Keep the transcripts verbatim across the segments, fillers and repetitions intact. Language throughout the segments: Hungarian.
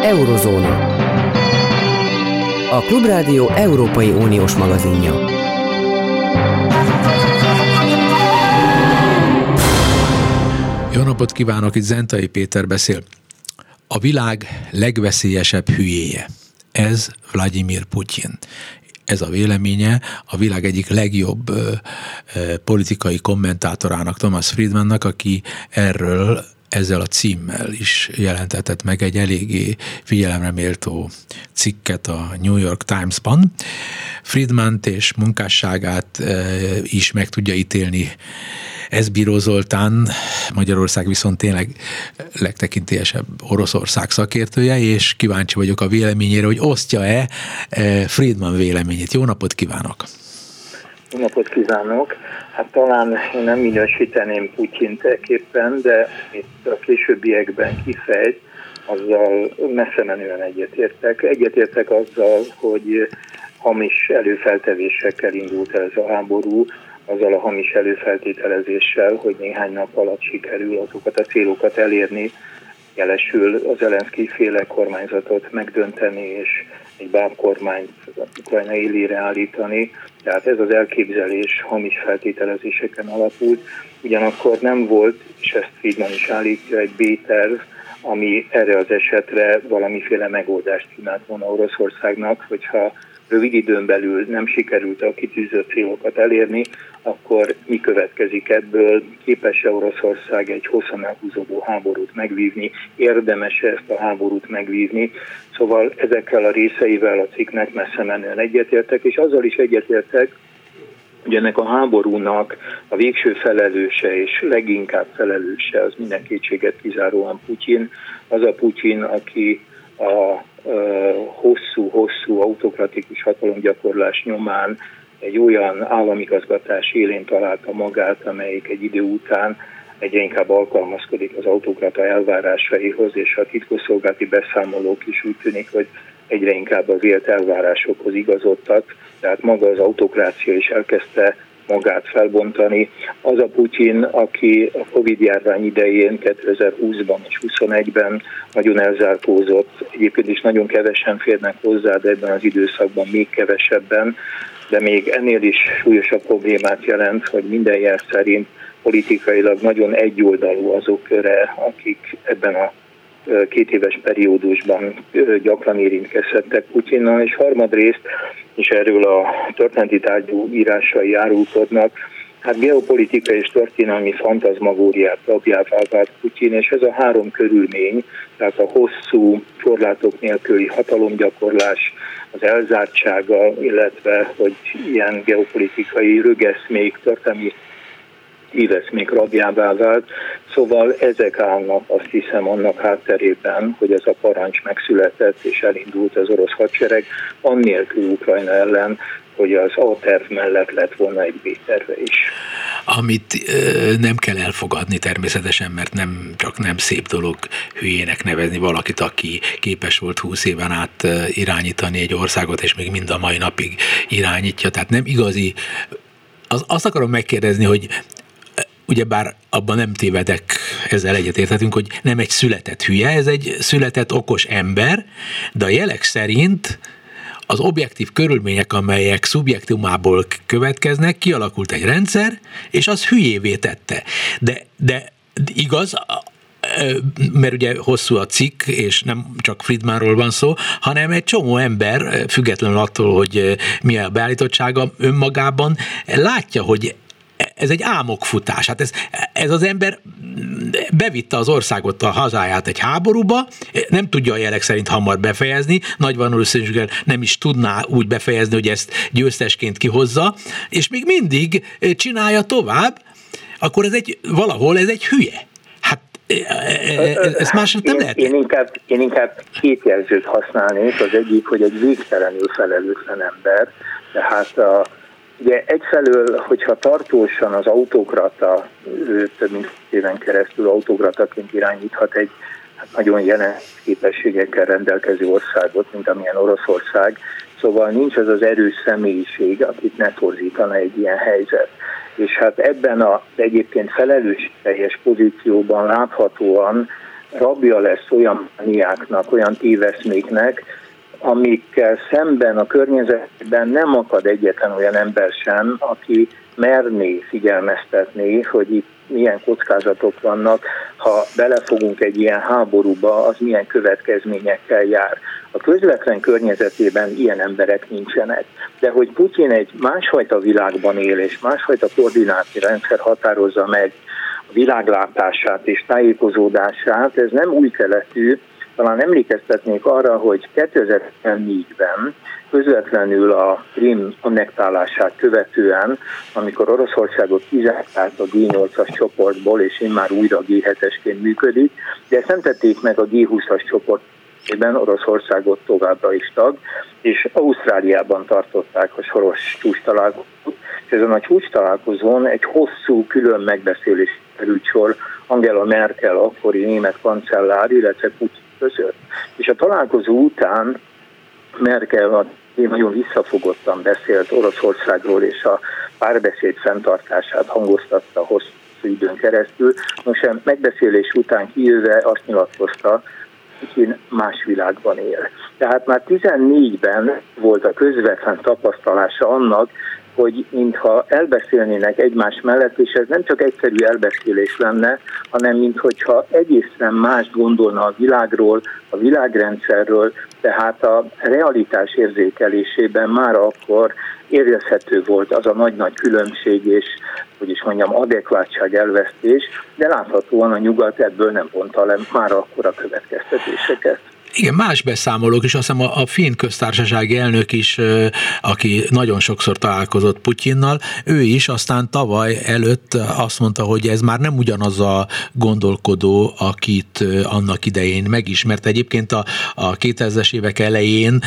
Eurozóna. A Klubrádió Európai Uniós magazinja. Jó napot kívánok, itt Zentai Péter beszél. A világ legveszélyesebb hülyéje. Ez Vladimir Putyin. Ez a véleménye a világ egyik legjobb ö, ö, politikai kommentátorának, Thomas Friedmannak, aki erről ezzel a címmel is jelentetett meg egy eléggé figyelemre méltó cikket a New York Times-ban. Friedmant és munkásságát ö, is meg tudja ítélni Eszbíró Zoltán, Magyarország viszont tényleg legtekintélyesebb Oroszország szakértője, és kíváncsi vagyok a véleményére, hogy osztja-e Friedman véleményét. Jó napot kívánok! Jó napot kívánok! Hát talán én nem minősíteném Putyint ekképpen, de itt a későbbiekben kifejt, azzal messze menően egyetértek. Egyetértek azzal, hogy hamis előfeltevésekkel indult el ez a háború, azzal a hamis előfeltételezéssel, hogy néhány nap alatt sikerül azokat a célokat elérni, jelesül az Zelenszkij féle kormányzatot megdönteni, és egy bábkormányt Ukrajna élére állítani. Tehát ez az elképzelés hamis feltételezéseken alapult. Ugyanakkor nem volt, és ezt Friedman is állítja, egy B-terv, ami erre az esetre valamiféle megoldást kínált volna Oroszországnak, hogyha rövid időn belül nem sikerült a kitűzött célokat elérni, akkor mi következik ebből? Képes-e Oroszország egy hosszan elhúzódó háborút megvívni? Érdemes-e ezt a háborút megvívni? Szóval ezekkel a részeivel a cikknek messze menően egyetértek, és azzal is egyetértek, hogy ennek a háborúnak a végső felelőse és leginkább felelőse az minden kétséget kizáróan Putyin. Az a Putyin, aki a hosszú-hosszú autokratikus hatalomgyakorlás nyomán egy olyan államigazgatás élén találta magát, amelyik egy idő után egyre inkább alkalmazkodik az autokrata elvárásaihoz, és a titkosszolgálati beszámolók is úgy tűnik, hogy egyre inkább az élt elvárásokhoz igazodtak, tehát maga az autokrácia is elkezdte magát felbontani. Az a Putyin, aki a Covid-járvány idején kétezer-húszban és huszonegyben nagyon elzárkózott, egyébként is nagyon kevesen férnek hozzá, de ebben az időszakban még kevesebben, de még ennél is súlyosabb problémát jelent, hogy minden jel szerint politikailag nagyon egyoldalú azok köre, akik ebben a két éves periódusban gyakran érintkezhettek Putyinnal, és harmadrészt, és erről a történeti tárgyú írásai árulkodnak, hát geopolitikai és történelmi fantazmagóriát rabjává vált Putyin, és ez a három körülmény, tehát a hosszú, korlátok nélküli hatalomgyakorlás, az elzártsága, illetve hogy ilyen geopolitikai rögeszmék, történelmi híveszmék rabjává vált. Szóval ezek állnak, azt hiszem, annak hátterében, hogy ez a parancs megszületett és elindult az orosz hadsereg, annélkül Ukrajna ellen, hogy az A terv mellett lett volna egy B-terve is. Amit ö, nem kell elfogadni természetesen, mert nem csak nem szép dolog hülyének nevezni valakit, aki képes volt húsz éven át ö, irányítani egy országot, és még mind a mai napig irányítja. Tehát nem igazi. Az, azt akarom megkérdezni, hogy ugyebár abban nem tévedek, ezzel egyetérthetünk, hogy nem egy született hülye, ez egy született okos ember, de a jelek szerint az objektív körülmények, amelyek szubjektumából következnek, kialakult egy rendszer, és az hülyévé tette. De, de igaz, mert ugye hosszú a cikk, és nem csak Friedmanról van szó, hanem egy csomó ember, függetlenül attól, hogy mi a beállítottsága önmagában, látja, hogy ez egy álmokfutás. Hát ez, ez az ember bevitte az országot, a hazáját egy háborúba, nem tudja a jelek szerint hamar befejezni, nagy valószínűséggel nem is tudná úgy befejezni, hogy ezt győztesként kihozza, és még mindig csinálja tovább, akkor ez egy, valahol ez egy hülye. Hát ezt máshogy nem lehet. Én inkább, én inkább két jelzőt használnék, az egyik, hogy egy végtelenül felelőtlen ember, tehát a ugye egyfelől, hogyha tartósan az autokrata, több mint éven keresztül autokrataként irányíthat egy hát nagyon jelentős képességekkel rendelkező országot, mint amilyen Oroszország, szóval nincs az az erős személyiség, akit ne torzítana egy ilyen helyzet. És hát ebben az egyébként felelősségteljes pozícióban láthatóan rabja lesz olyan mániáknak, olyan téveszméknek, amikkel szemben a környezetben nem akad egyetlen olyan ember sem, aki merné figyelmeztetni, hogy itt milyen kockázatok vannak, ha belefogunk egy ilyen háborúba, az milyen következményekkel jár. A közvetlen környezetében ilyen emberek nincsenek. De hogy Putyin egy másfajta világban él, és másfajta koordinátorrendszer határozza meg a világlátását és tájékozódását, ez nem új keletű. Talán emlékeztetnék arra, hogy kétezer-négyben közvetlenül a Krím annektálását követően, amikor Oroszországot kizárták a gé nyolcas csoportból, és immár újra gé hetesként működik, de ezt nem tették meg a gé húszas csoportban, Oroszországot továbbra is tag, és Ausztráliában tartották a soros csúcstalálkozót, és ezen a csúcstalálkozón egy hosszú külön megbeszélés került sor Angela Merkel, akkori német kancellár, illetve Putyin között. És a találkozó után Merkel nagyon visszafogottan beszélt Oroszországról, és a párbeszéd fenntartását hangoztatta hosszú időn keresztül. Most a megbeszélés után kijöve azt nyilatkozta, Putyin más világban él. Tehát már tizennégyben volt a közvetlen tapasztalása annak, hogy mintha elbeszélnének egymás mellett, és ez nem csak egyszerű elbeszélés lenne, hanem minthogyha egészen mást gondolna a világról, a világrendszerről, tehát a realitás érzékelésében már akkor érezhető volt az a nagy-nagy különbség és, hogy is mondjam, adekvátság elvesztés, de láthatóan a nyugat ebből nem vonta le már akkor a következtetéseket. Igen, más beszámolók is, azt hiszem a, a finn köztársasági elnök is, aki nagyon sokszor találkozott Putyinnal, ő is aztán tavaly előtt azt mondta, hogy ez már nem ugyanaz a gondolkodó, akit annak idején megismert. Egyébként a, a kétezres évek elején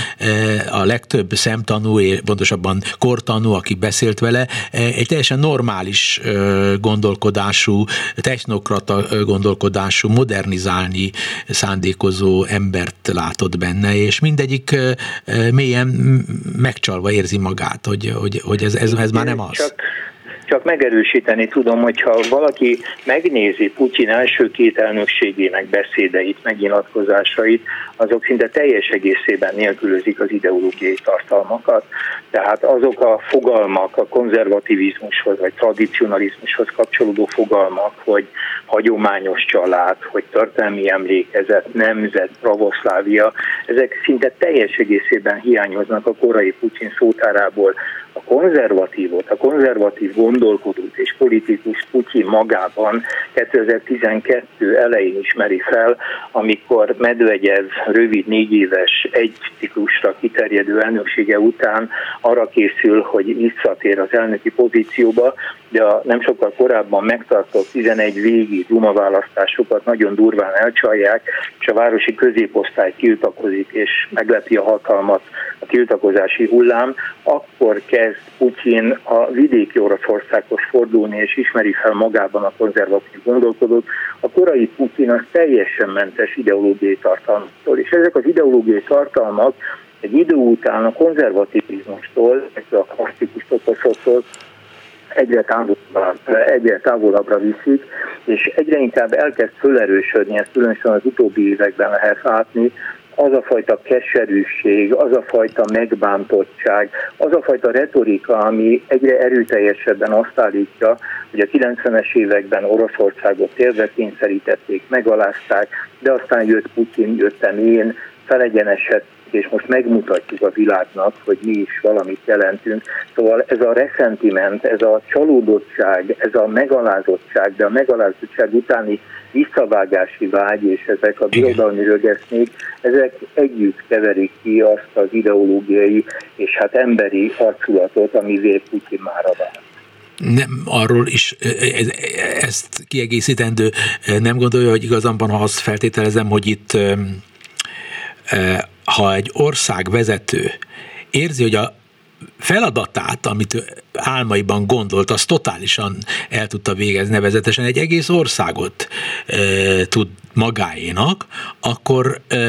a legtöbb szemtanú, pontosabban kortanú, aki beszélt vele, egy teljesen normális gondolkodású, technokrata gondolkodású, modernizálni szándékozó embert látott benne, és mindegyik mélyen megcsalva érzi magát, hogy, hogy, hogy ez, ez, ez már nem az. Csak, csak megerősíteni tudom, hogyha valaki megnézi Putyin első két elnökségének beszédeit, megnyilatkozásait, azok szinte teljes egészében nélkülözik az ideológiai tartalmakat. Tehát azok a fogalmak, a konzervativizmushoz vagy tradicionalizmushoz kapcsolódó fogalmak, hogy hagyományos család, hogy történelmi emlékezet, nemzet, pravoszlávia, ezek szinte teljes egészében hiányoznak a korai Putyin szótárából. A konzervatívot, a konzervatív gondolkodót és politikus Putyin magában kétezer-tizenkettő elején ismeri fel, amikor Medvegyev rövid négy éves egy ciklusra kiterjedő elnöksége után arra készül, hogy visszatér az elnöki pozícióba, de a nem sokkal korábban megtartott tizenegy végi Duma választásokat nagyon durván elcsalják, és a városi középosztály tiltakozik, és meglepi a hatalmat a tiltakozási hullám, akkor kezd Putyin a vidéki Oroszországhoz fordulni, és ismeri fel magában a konzervatív gondolkodót. A korai Putyin az teljesen mentes ideológiai tartalmaktól, és ezek az ideológiai tartalmak egy idő után a konzervativizmustól, a klasszikus toposztól egyre távolabbra, egyre távolabbra viszik, és egyre inkább elkezd fölerősödni, ezt különösen az utóbbi években lehet látni, az a fajta keserűség, az a fajta megbántottság, az a fajta retorika, ami egyre erőteljesebben azt állítja, hogy a kilencvenes években Oroszországot térdre kényszerítették, megalázták, de aztán jött Putyin, jöttem én, felegyenesedett, és most megmutatjuk a világnak, hogy mi is valamit jelentünk. Szóval ez a ressentiment, ez a csalódottság, ez a megalázottság, de a megalázottság utáni visszavágási vágy, és ezek a birodalmi rögeszmék, ezek együtt keverik ki azt az ideológiai és hát emberi arculatot, amivé Putyin mára vált. Nem, arról is ezt kiegészítendő, nem gondolja, hogy igazamban, ha azt feltételezem, hogy itt ha egy ország vezető érzi, hogy a feladatát, amit álmaiban gondolt, azt totálisan el tudta végezni, nevezetesen egy egész országot e, tud magáénak, akkor e,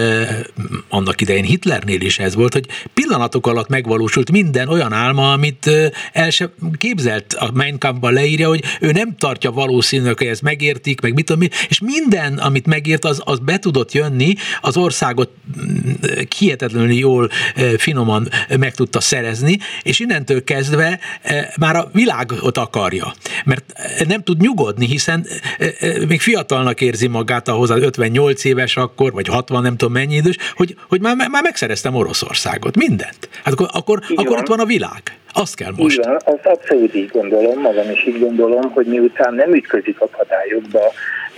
annak idején Hitlernél is ez volt, hogy pillanatok alatt megvalósult minden olyan álma, amit el sem képzelt, a Mein Kampfban leírja, hogy ő nem tartja valószínűleg, hogy ezt megértik, meg mit tudom, és minden, amit megért, az, az be tudott jönni, az országot hihetetlenül jól, finoman meg tudta szerezni, és innentől kezdve már a világot akarja, mert nem tud nyugodni, hiszen még fiatalnak érzi magát ahhoz az ötvennyolc éves akkor, vagy hatvan, nem tudom mennyi idős, hogy, hogy már, már megszereztem Oroszországot, mindent. Hát akkor, akkor, akkor ott van a világ. Azt kell most. Igen, azt abszolút így gondolom, magam is így gondolom, hogy miután nem ütközik akadályokba,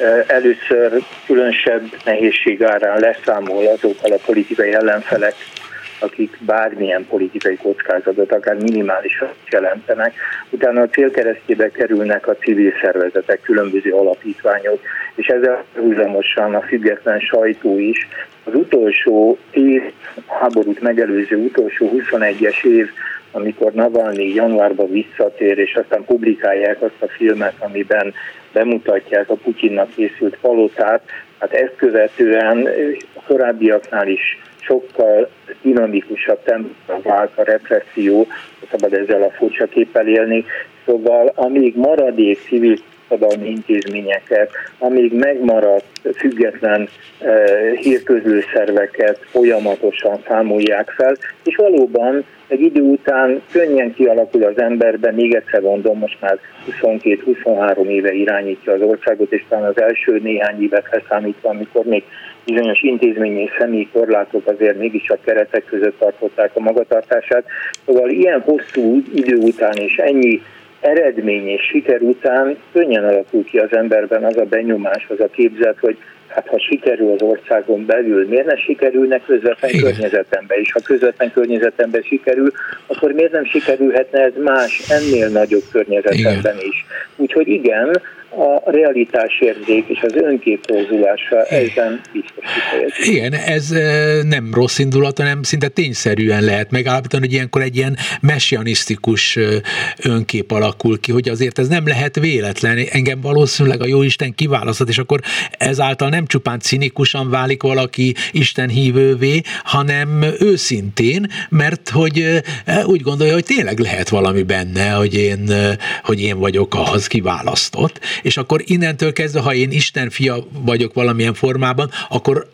először különösebb nehézség árán leszámol azokkal a politikai ellenfelek, akik bármilyen politikai kockázatot, akár minimálisan jelentenek. Utána a célkeresztjébe kerülnek a civil szervezetek, különböző alapítványok, és ezzel húzamosan a független sajtó is. Az utolsó év, háborút megelőző utolsó huszonegyes év, amikor Navalnyi januárban visszatér, és aztán publikálják azt a filmet, amiben bemutatják a Putyinnak készült palotát, hát ezt követően a korábbiaknál is sokkal dinamikusabb tempóra vált a represszió, szabad ezzel a furcsa képpel élni, szóval amíg maradék civil társadalmi intézményeket, amíg megmaradt független eh, hírközlő szerveket folyamatosan számolják fel, és valóban egy idő után könnyen kialakul az emberben, még egyszer mondom, most már huszonkét-huszonhárom éve irányítja az országot, és talán az első néhány évet leszámítva, amikor még bizonyos intézményi és személyi korlátok azért mégiscsak keretek között tartották a magatartását. Szóval ilyen hosszú idő után és ennyi eredmény és siker után könnyen alakul ki az emberben az a benyomás, az a képzet, hogy hát ha sikerül az országon belül, miért ne sikerülne közvetlen környezetemben? És ha közvetlen környezetemben sikerül, akkor miért nem sikerülhetne ez más, ennél nagyobb környezetemben is? Úgyhogy igen, a realitásérzék és az önkép torzulása ezen biztos kifejezik. Igen, ez nem rossz indulat, hanem szinte tényszerűen lehet megállapítani, hogy ilyenkor egy ilyen messianisztikus önkép alakul ki, hogy azért ez nem lehet véletlen. Engem valószínűleg a Jóisten kiválasztott, és akkor ezáltal nem csupán cinikusan válik valaki Isten hívővé, hanem őszintén, mert hogy úgy gondolja, hogy tényleg lehet valami benne, hogy én, hogy én vagyok az kiválasztott, és akkor innentől kezdve, ha én Isten fia vagyok valamilyen formában, akkor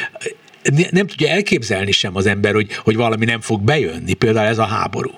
nem tudja elképzelni sem az ember, hogy, hogy valami nem fog bejönni, például ez a háború.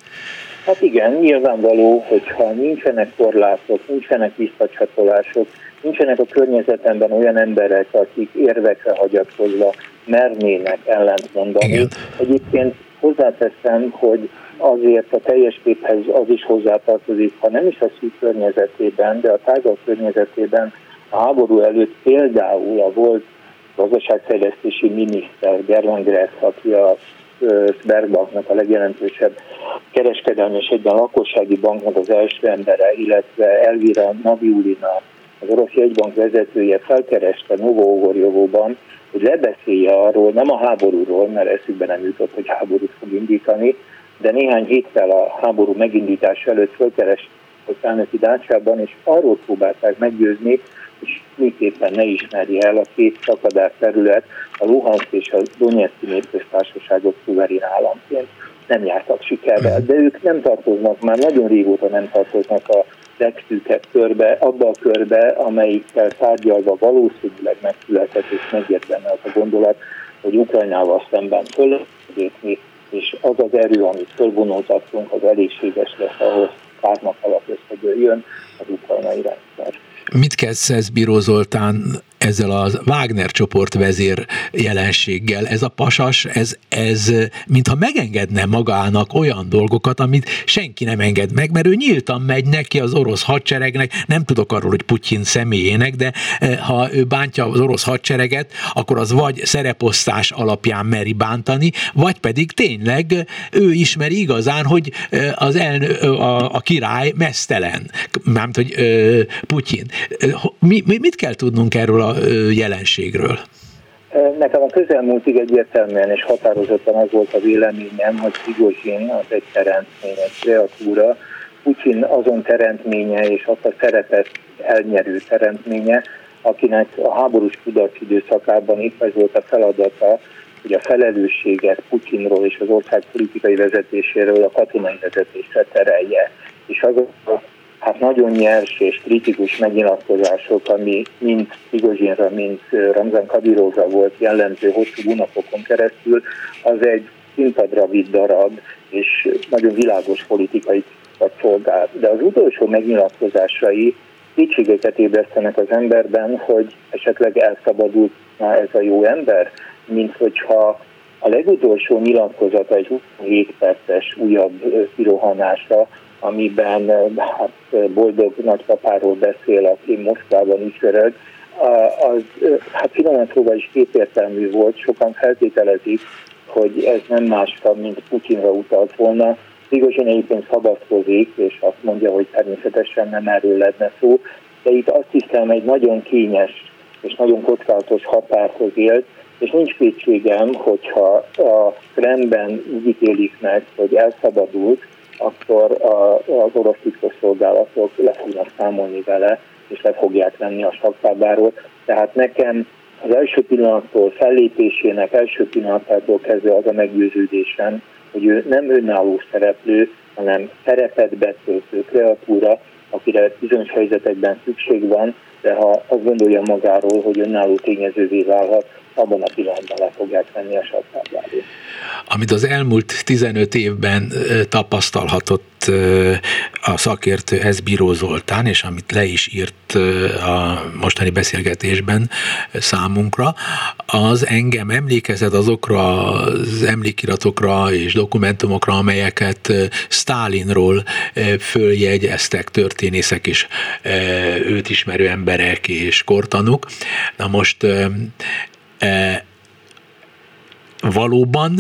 Hát igen, nyilvánvaló, hogyha nincsenek korlátok, nincsenek visszacsatolások, nincsenek a környezetemben olyan emberek, akik érvekre hagyatkozva mernének ellent mondani. Igen. Egyébként hozzáteszem, hogy azért a teljes képhez az is hozzátartozik, ha nem is a szűk környezetében, de a tágabb környezetében a háború előtt például a volt gazdaságfejlesztési miniszter German Gress, aki a Sberbanknak a legjelentősebb kereskedelmi és egyben lakossági banknak az első embere, illetve Elvira Nabiulina, az orosz jegybank vezetője felkereste Novo-Ogorjovóban, hogy lebeszélje arról, nem a háborúról, mert eszükbe nem jutott, hogy háborút fog indítani, de néhány héttel a háború megindítása előtt fölkerest a elnöki dácsában, és arról próbálták meggyőzni, hogy miképpen ne ismerje el a két szakadár terület, a Luhanszk és a Donetszki népköztársaságok szuverén államként. Nem jártak sikerrel, de ők nem tartoznak, már nagyon régóta nem tartoznak a legszűkebb körbe, abba a körbe, amelyikkel tárgyalva valószínűleg megszületett és megjött benne az a gondolat, hogy Ukrajnával szemben fölépni, és az az erő, amit fölvonultattunk, az elégséges lesz ahhoz, pár nap alatt összedőljön az ukrajnai rendszer. Mit kezdesz, Bíró Zoltán, ezzel a Wagner csoport vezér jelenséggel? Ez a pasas, ez, ez mintha megengedne magának olyan dolgokat, amit senki nem enged meg, mert ő nyíltan megy neki az orosz hadseregnek, nem tudok arról, hogy Putyin személyének, de ha ő bántja az orosz hadsereget, akkor az vagy szereposztás alapján meri bántani, vagy pedig tényleg ő ismeri igazán, hogy az elnö, a, a király meztelen, mármint, hogy Putyin. Mi, mit kell tudnunk erről a jelenségről? Nekem a közelmúltig egyértelműen és határozottan az volt a véleményem, hogy Prigozsin az egy teremtmény, egy kreatúra, Putyin azon teremtménye és azt a szerepet elnyerő teremtménye, akinek a háborús kudarc időszakában itt ez volt a feladata, hogy a felelősséget Putyinról és az ország politikai vezetéséről a katonai vezetésre terelje. És azok hát nagyon nyers és kritikus megnyilatkozások, ami mind Prigozsinra, mind Ramzan Kadyrovra volt jellemző hosszú hónapokon keresztül, az egy színpadra vitt darab, és nagyon világos politikai szolgál. De az utolsó megnyilatkozásai kétségeket ébresztenek az emberben, hogy esetleg elszabadult ez a jó ember, mint hogyha a legutolsó nyilatkozata egy huszonhét perces újabb kirohanása, amiben hát, boldog nagypapáról beszél, aki Moszkvában ücsörög, az hát finoman szóval is kétértelmű volt, sokan feltételezik, hogy ez nem másabb, mint Putyinra utalt volna. Prigozsin egyébként szabadkozik, és azt mondja, hogy természetesen nem erről lenne szó, de itt azt hiszem egy nagyon kényes és nagyon kockázatos határhoz élt, és nincs kétségem, hogyha a Kremlben úgy ítélik meg, hogy elszabadult, akkor az orosz titkosszolgálatok le fognak számolni vele, és le fogják venni a saktábláról. Tehát nekem az első pillanattól, fellépésének első pillanatától kezdve az a meggyőződésem, hogy ő nem önálló szereplő, hanem szerepet betöltő kreatúra, akire bizonyos helyzetekben szükség van, de ha azt gondolja magáról, hogy önálló tényezővé válhat, abban a pillanatban le fogják venni a saktábláról. Amit az elmúlt tizenöt évben tapasztalhatott a szakértő Eszbíró Zoltán, és amit le is írt a mostani beszélgetésben számunkra, az engem emlékezett azokra az emlékiratokra és dokumentumokra, amelyeket Sztálinról följegyeztek történészek és őt ismerő emberek és kortanúk. Na most valóban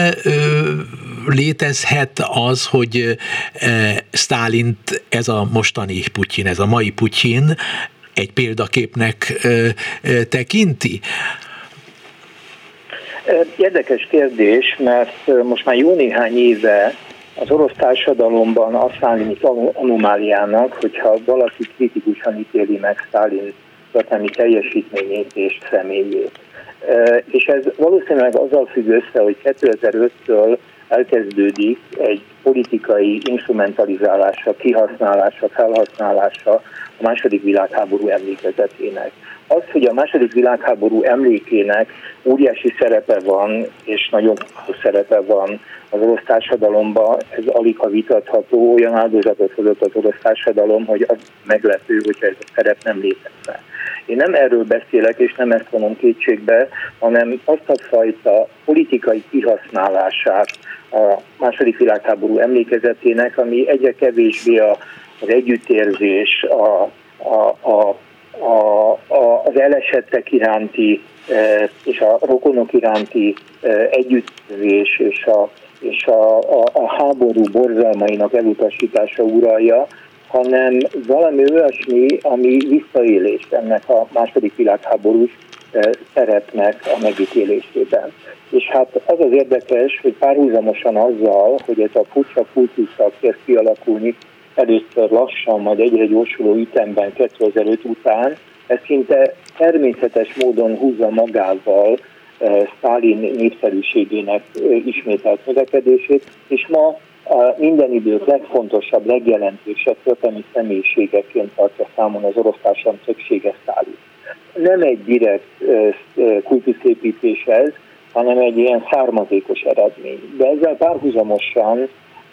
létezhet az, hogy Sztálint ez a mostani Putyin, ez a mai Putyin egy példaképnek tekinti? Érdekes kérdés, mert most már jó néhány éve az orosz társadalomban azt számít anomáliának, hogyha valaki kritikusan ítéli meg Sztálin történelmi teljesítményét és személyét. És ez valószínűleg azzal függ össze, hogy kétezer-öttől elkezdődik egy politikai instrumentalizálása, kihasználása, felhasználása a második világháború emlékezetének. Az, hogy a második világháború emlékének óriási szerepe van, és nagyon fontos szerepe van az orosz társadalomban, ez alig ha vitatható, olyan áldozatot hozott az orosz társadalom, hogy az meglepő, hogyha ez a szerep nem létezne. Én nem erről beszélek, és nem ezt vonom kétségbe, hanem azt a fajta politikai kihasználását a második világháború emlékezetének, ami egyre kevésbé az együttérzés, a, a, a, a, a, az elesettek iránti és a rokonok iránti együttérzés és a, és a, a, a háború borzalmainak elutasítása uralja, hanem valami olyasmi, ami visszaélést ennek a második világháborús szerepnek a megítélésében. És hát az az érdekes, hogy párhuzamosan azzal, hogy ez a furcsa kultuszak kezd kialakulni, először lassan, majd egyre gyorsuló ütemben kétezer-öt után, ez szinte természetes módon húzza magával Sztálin népszerűségének ismételt növekedését, és ma a minden idők legfontosabb, legjelentősebb történelmi személyiségeként tartja számon az orosz társadalom többsége Sztálin. Nem egy direkt kultuszépítés ez, hanem egy ilyen származékos eredmény. De ezzel párhuzamosan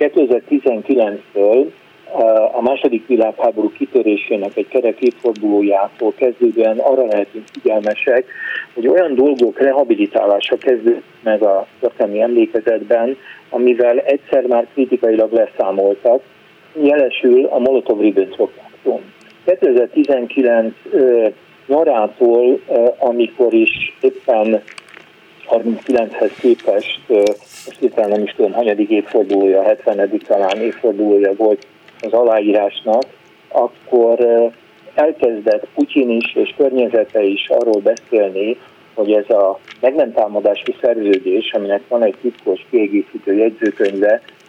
kétezer-tizenkilenctől a második világháború kitörésének egy kerek évfordulójától kezdődően arra lehetünk figyelmesek, hogy olyan dolgok rehabilitálása kezdődött meg a történelmi emlékezetben, amivel egyszer már kritikailag leszámoltak, jelesül a Molotov-Ribbentrop paktum. kétezer-tizenkilenc nyarától, amikor is éppen harminckilenchez képest, most éppen nem is tudom, hanyadik évfordulója, hetvenedik talán évfordulója volt az aláírásnak, akkor elkezdett Putyin is és környezete is arról beszélni, hogy ez a meg nem támadási szerződés, aminek van egy titkos kiegészítő jegyzőkönyve,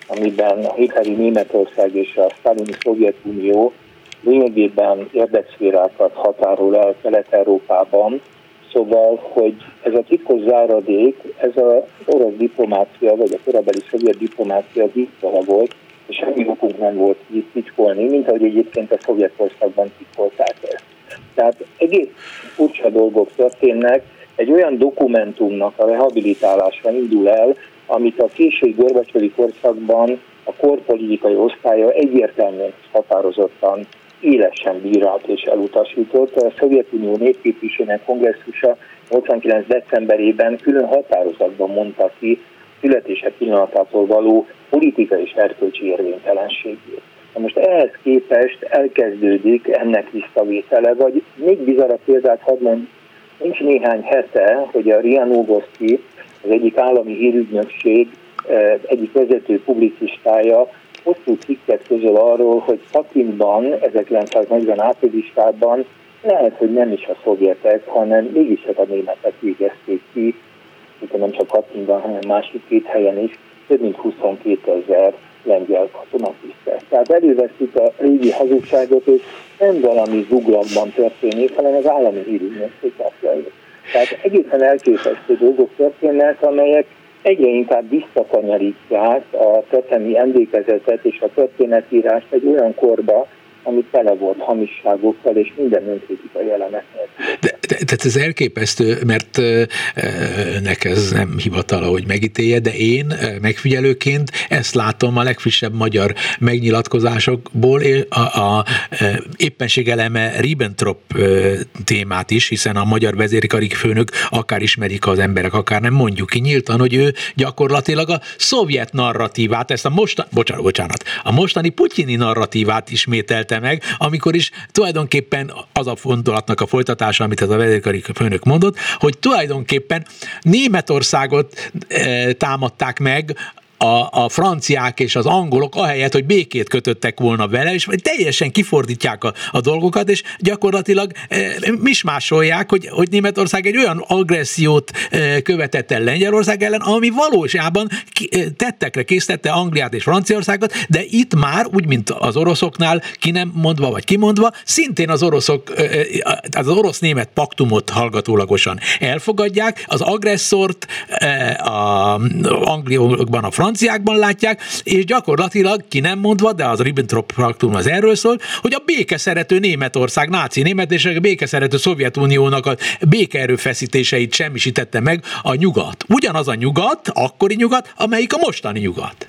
amiben a hitleri Németország és a sztálini Szovjetunió lényegében érdekszférákat határol el Kelet-Európában, szóval, hogy ez a titkos záradék, ez az orosz diplomácia, vagy a korabeli szovjet diplomácia titkala volt, és semmi okunk nem volt itt titkolni, mint ahogy egyébként a Szovjetországban titkolták ezt. Tehát egész furcsa dolgok történnek, egy olyan dokumentumnak a rehabilitálása indul el, amit a késői Gorbacsovi korszakban a korpolitikai osztálya egyértelműen határozottan élesen bírált és elutasított. A Szovjetunió népképviselőinek kongresszusa nyolcvankilenc decemberében külön határozatban mondta ki születése pillanatától való politikai és erkölcsi érvénytelenségét. Na most ehhez képest elkezdődik ennek visszavétele, vagy még bizarrabb példát hadd mondjam, nincs néhány hete, hogy a RIA Novosti, az egyik állami hírügynökség egyik vezető publicistája hosszú cikket közöl arról, hogy Katinban ezerkilencszáznegyven áprilisában lehet, hogy nem is a szovjetek, hanem mégis a németek végezték ki, nem csak Katinban, hanem másik két helyen is, több mint huszonkétezer lengyel katonatisztet. Tehát előveszik a régi hazugságot, és nem valami zuglakban történik, hanem az állami hírügynökség napjai. Tehát egészen elképesztő dolgok történnek, amelyek egyre inkább visszakanyarítják a történelmi emlékezetet és a történetírást egy olyan korba, amit tele volt hamisságokkal és minden önkritikai elemetnél. Tehát ez elképesztő, mert önnek ez nem hivatala, hogy megítélje, de én megfigyelőként ezt látom a legfrissebb magyar megnyilatkozásokból, a, a éppenség eleme Ribbentrop témát is, hiszen a magyar vezérkari főnök akár ismerik az emberek, akár nem, mondjuk ki nyíltan, hogy ő gyakorlatilag a szovjet narratívát, ezt a mostani, bocsánat, bocsánat, a mostani putyini narratívát ismételte meg, amikor is tulajdonképpen az a gondolatnak a folytatása, amit ez a vezérkari főnök mondott, hogy tulajdonképpen Németországot e, támadták meg A, a franciák és az angolok ahelyett, hogy békét kötöttek volna vele, és teljesen kifordítják a, a dolgokat, és gyakorlatilag e, mismásolják, hogy, hogy Németország egy olyan agressziót e, követett el Lengyelország ellen, ami valójában ki, e, tettekre késztette Angliát és Franciaországot, de itt már, úgy, mint az oroszoknál, ki nem mondva vagy kimondva, szintén az oroszok, e, az orosz-német paktumot hallgatólagosan elfogadják, az agresszort e, a Angliákban, a franciákban látják, és gyakorlatilag ki nem mondva, de az Ribbentrop paktum az erről szól, hogy a békeszerető Németország, náci német és a békeszerető Szovjetuniónak a békeerőfeszítéseit semmisítette meg a nyugat. Ugyanaz a nyugat, akkori nyugat, amelyik a mostani nyugat.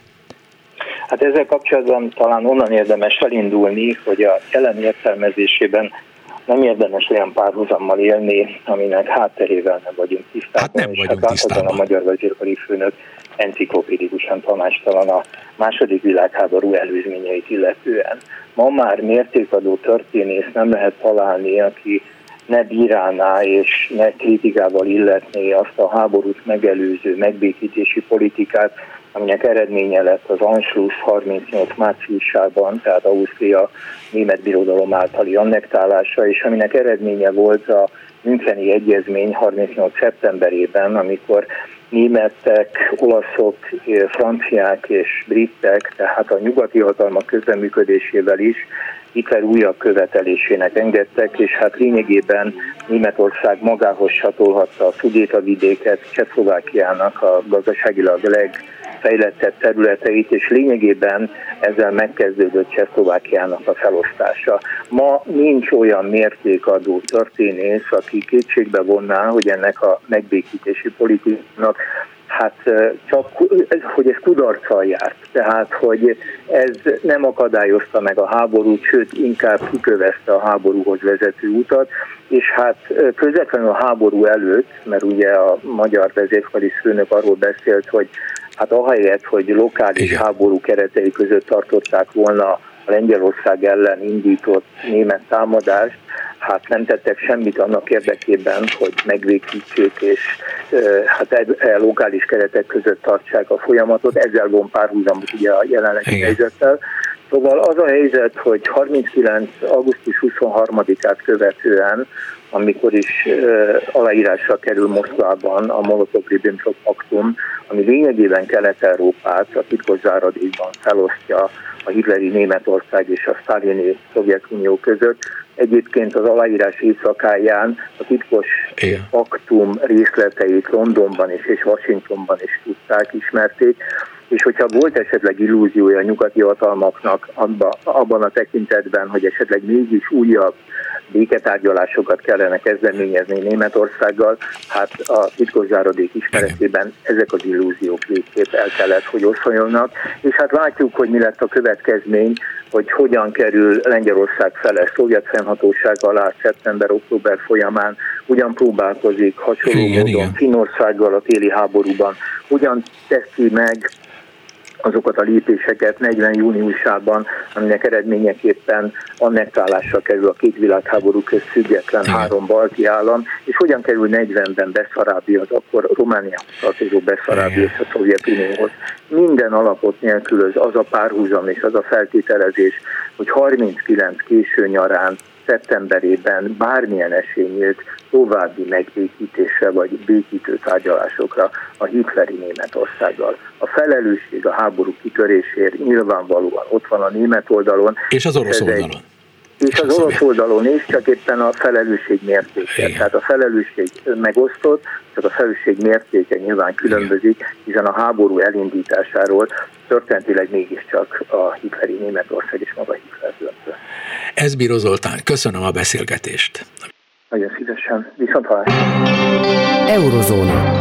Hát ezzel kapcsolatban talán onnan érdemes elindulni, hogy a jelen értelmezésében nem érdemes olyan párhuzammal élni, aminek hátterével nem vagyunk tisztában. Hát nem vagyunk tisztában. A magyar vezérkari főnök enciklopédikusan tanácstalan a második világháború előzményeit illetően. Ma már mértékadó történész nem lehet találni, aki ne bírálná és ne kritikával illetné azt a háborút megelőző megbékítési politikát, aminek eredménye lett az Anschluss harmincnyolc márciusában, tehát Ausztria német birodalom általi annektálása, és aminek eredménye volt a Müncheni Egyezmény harmincnyolc szeptemberében, amikor németek, olaszok, franciák és britek, tehát a nyugati hatalmak közreműködésével is Hitler újabb követelésének engedtek, és hát lényegében Németország magához csatolhatta a Szudétavidéket, Csehszlovákiának a gazdaságilag legfejlettebb területeit, és lényegében ezzel megkezdődött Csehszlovákiának a felosztása. Ma nincs olyan mértékadó történész, aki kétségbe vonná, hogy ennek a megbékítési politikának hát csak, hogy ez kudarccal járt, tehát hogy ez nem akadályozta meg a háborút, sőt inkább kikövezte a háborúhoz vezető utat, és hát közvetlenül a háború előtt, mert ugye a magyar vezérkari főnök arról beszélt, hogy hát ahelyett, hogy lokális Igen. háború keretei között tartották volna a Lengyelország ellen indított német támadást, hát nem tettek semmit annak érdekében, hogy megvégzítsék és hát e, lokális keretek között tartsák a folyamatot, ezzel von párhuzamot ugye a jelenlegi helyzettel. Szóval az a helyzet, hogy harminckilenc augusztus huszonharmadikát követően, amikor is uh, aláírásra kerül Moszkvában a Molotov-Ribbentrop paktum, ami lényegében Kelet-Európát a titkos záradékban felosztja a hitleri Németország és a sztálini Szovjetunió között. Egyébként az aláírás éjszakáján a titkos Igen. paktum részleteit Londonban is és Washingtonban is tudták, ismerték, és hogyha volt esetleg illúziója a nyugati hatalmaknak abba, abban a tekintetben, hogy esetleg mégis újabb béketárgyalásokat kellene kezdeményezni Németországgal, hát a titkos záradék ismeretében ezek az illúziók végképp el kellett, hogy oszoljanak, és hát látjuk, hogy mi lett a következmény, hogy hogyan kerül Lengyelország fele szovjet fennhatóság alá szeptember-október folyamán, ugyan próbálkozik hasonló igen, módon igen. Finnországgal a téli háborúban, hogyan teszi meg azokat a lépéseket negyven júniusában, aminek eredményeképpen annektálásra kerül a két világháború közt független három balti állam, és hogyan kerül negyvenben Beszarábia, az akkor Romániához tartozó Beszarábia és a Szovjetunióhoz. Minden alapot nélkülöz az a párhuzam és az a feltételezés, hogy harminckilenc késő nyarán, szeptemberében bármilyen esély nyílt további megbékítésre vagy békítő tárgyalásokra a hitleri Németországgal. A felelősség a háború kitörésért nyilvánvalóan ott van a német oldalon. És az orosz oldalon. És, és az orosz oldalon is, csak éppen a felelősség mértéke. Tehát a felelősség megosztott, csak a felelősség mértéke nyilván különbözik, hiszen a háború elindításáról történetileg mégiscsak a hitleri Németország és maga Hitler döntött. Eszbíró Zoltán, köszönöm a beszélgetést. Nagyon szívesen. Viszont hallásra. Eurozóna.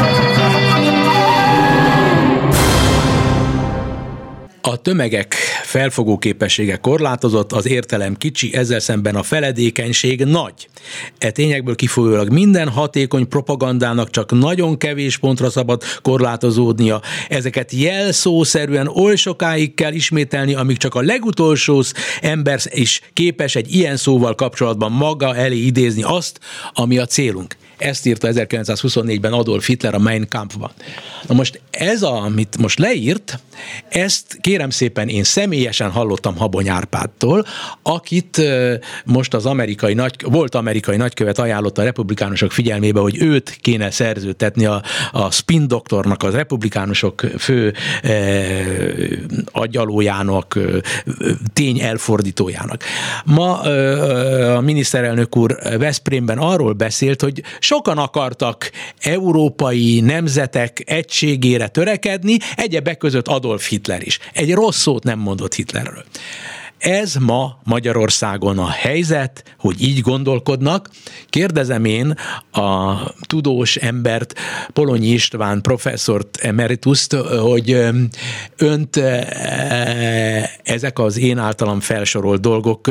A tömegek felfogó képessége korlátozott, az értelem kicsi, ezzel szemben a feledékenység nagy. E tényekből kifolyólag minden hatékony propagandának csak nagyon kevés pontra szabad korlátozódnia. Ezeket jelszószerűen oly sokáig kell ismételni, amíg csak a legutolsó ember is képes egy ilyen szóval kapcsolatban maga elé idézni azt, ami a célunk. Ezt írta ezerkilencszázhuszonnégyben Adolf Hitler a Mein Kampfban. Na most ez, a, amit most leírt, ezt kérem szépen én személyesen hallottam Habony Árpádtól, akit most az amerikai nagy, volt amerikai nagykövet ajánlotta a republikánusok figyelmébe, hogy őt kéne szerződtetni a, a spin doktornak, az republikánusok fő eh, agyalójának, tény elfordítójának. Ma eh, a miniszterelnök úr Veszprémben arról beszélt, hogy sokan akartak európai nemzetek egységére törekedni, egyebek között Adolf Hitler is. Egy rossz szót nem mondott Hitlerről. Ez ma Magyarországon a helyzet, hogy így gondolkodnak. Kérdezem én a tudós embert, Polonyi István professzort emerituszt, hogy önt ezek az én általam felsorolt dolgok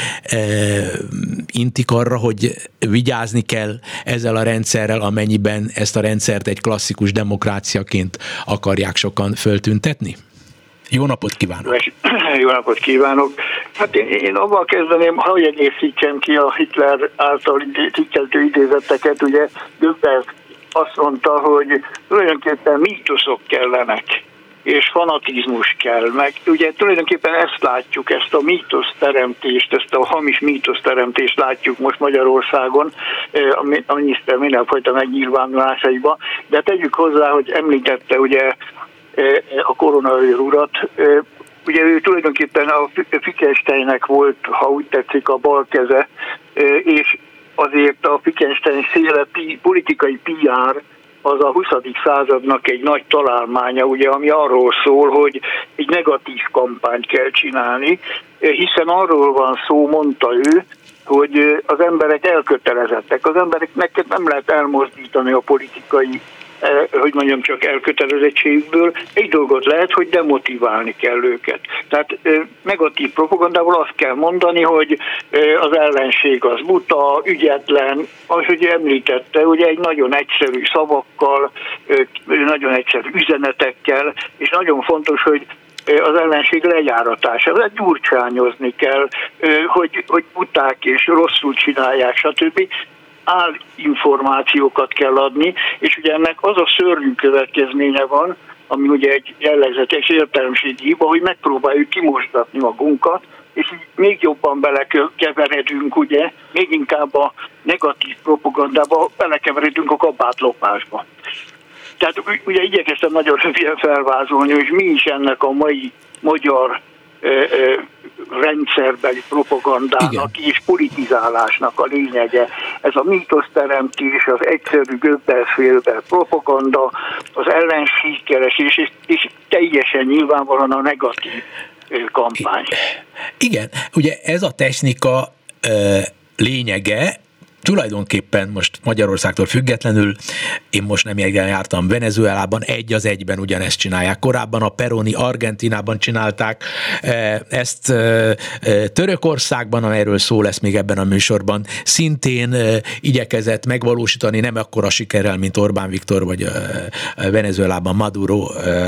intik arra, hogy vigyázni kell ezzel a rendszerrel, amennyiben ezt a rendszert egy klasszikus demokráciaként akarják sokan föltüntetni? Jó napot kívánok! Jó napot kívánok! Hát én, én avval kezdeném, hogy egészítsem ki a Hitler által Hitlertől idézetteket. Ugye Göbbels azt mondta, hogy tulajdonképpen mítoszok kellenek, és fanatizmus kell, meg ugye tulajdonképpen ezt látjuk, ezt a mítoszteremtést, ezt a hamis mítoszteremtést látjuk most Magyarországon, a miniszter mindenfajta megnyilvánulásaiba, de tegyük hozzá, hogy említette ugye a koronavírus urat. Ugye ő tulajdonképpen a Fikensteinnek volt, ha úgy tetszik, a bal keze, és azért a Fikenstein széle politikai pé er az a huszadik századnak egy nagy találmánya, ugye, ami arról szól, hogy egy negatív kampányt kell csinálni, hiszen arról van szó, mondta ő, hogy az emberek elkötelezettek. Az embereknek nem lehet elmozdítani a politikai hogy mondjam, csak elkötelezettségből. Egy dolgot lehet, hogy demotiválni kell őket. Tehát negatív propagandával azt kell mondani, hogy az ellenség az buta, ügyetlen, az, hogy említette, ugye egy nagyon egyszerű szavakkal, nagyon egyszerű üzenetekkel, és nagyon fontos, hogy az ellenség lejáratása, gyurcsányozni kell, hogy, hogy buták és rosszul csinálják, stb. álinformációkat kell adni, és ugye ennek az a szörnyű következménye van, ami ugye egy jellegzetes értelmiségi hiba, hogy megpróbáljuk kimosdatni magunkat, és így még jobban belekeveredünk, ugye, még inkább a negatív propagandába belekeveredünk a kabátlopásba. Tehát ugye igyekeztem nagyon röviden felvázolni, hogy mi is ennek a mai magyar ö, ö, rendszerbeli propagandának Igen. és politizálásnak a lényege. Ez a mítoszteremtés, az egyszerű göbbelfélbe propaganda, az ellensíkeres és, és teljesen nyilvánvalóan a negatív kampány. Igen, ugye ez a technika ö, lényege, tulajdonképpen most Magyarországtól függetlenül, én most nem jártam Venezuelában, egy az egyben ugyanezt csinálják. Korábban a Peroni Argentinában csinálták, ezt Törökországban, amelyről szó lesz még ebben a műsorban, szintén igyekezett megvalósítani, nem akkora sikerrel, mint Orbán Viktor, vagy Venezuelában Maduro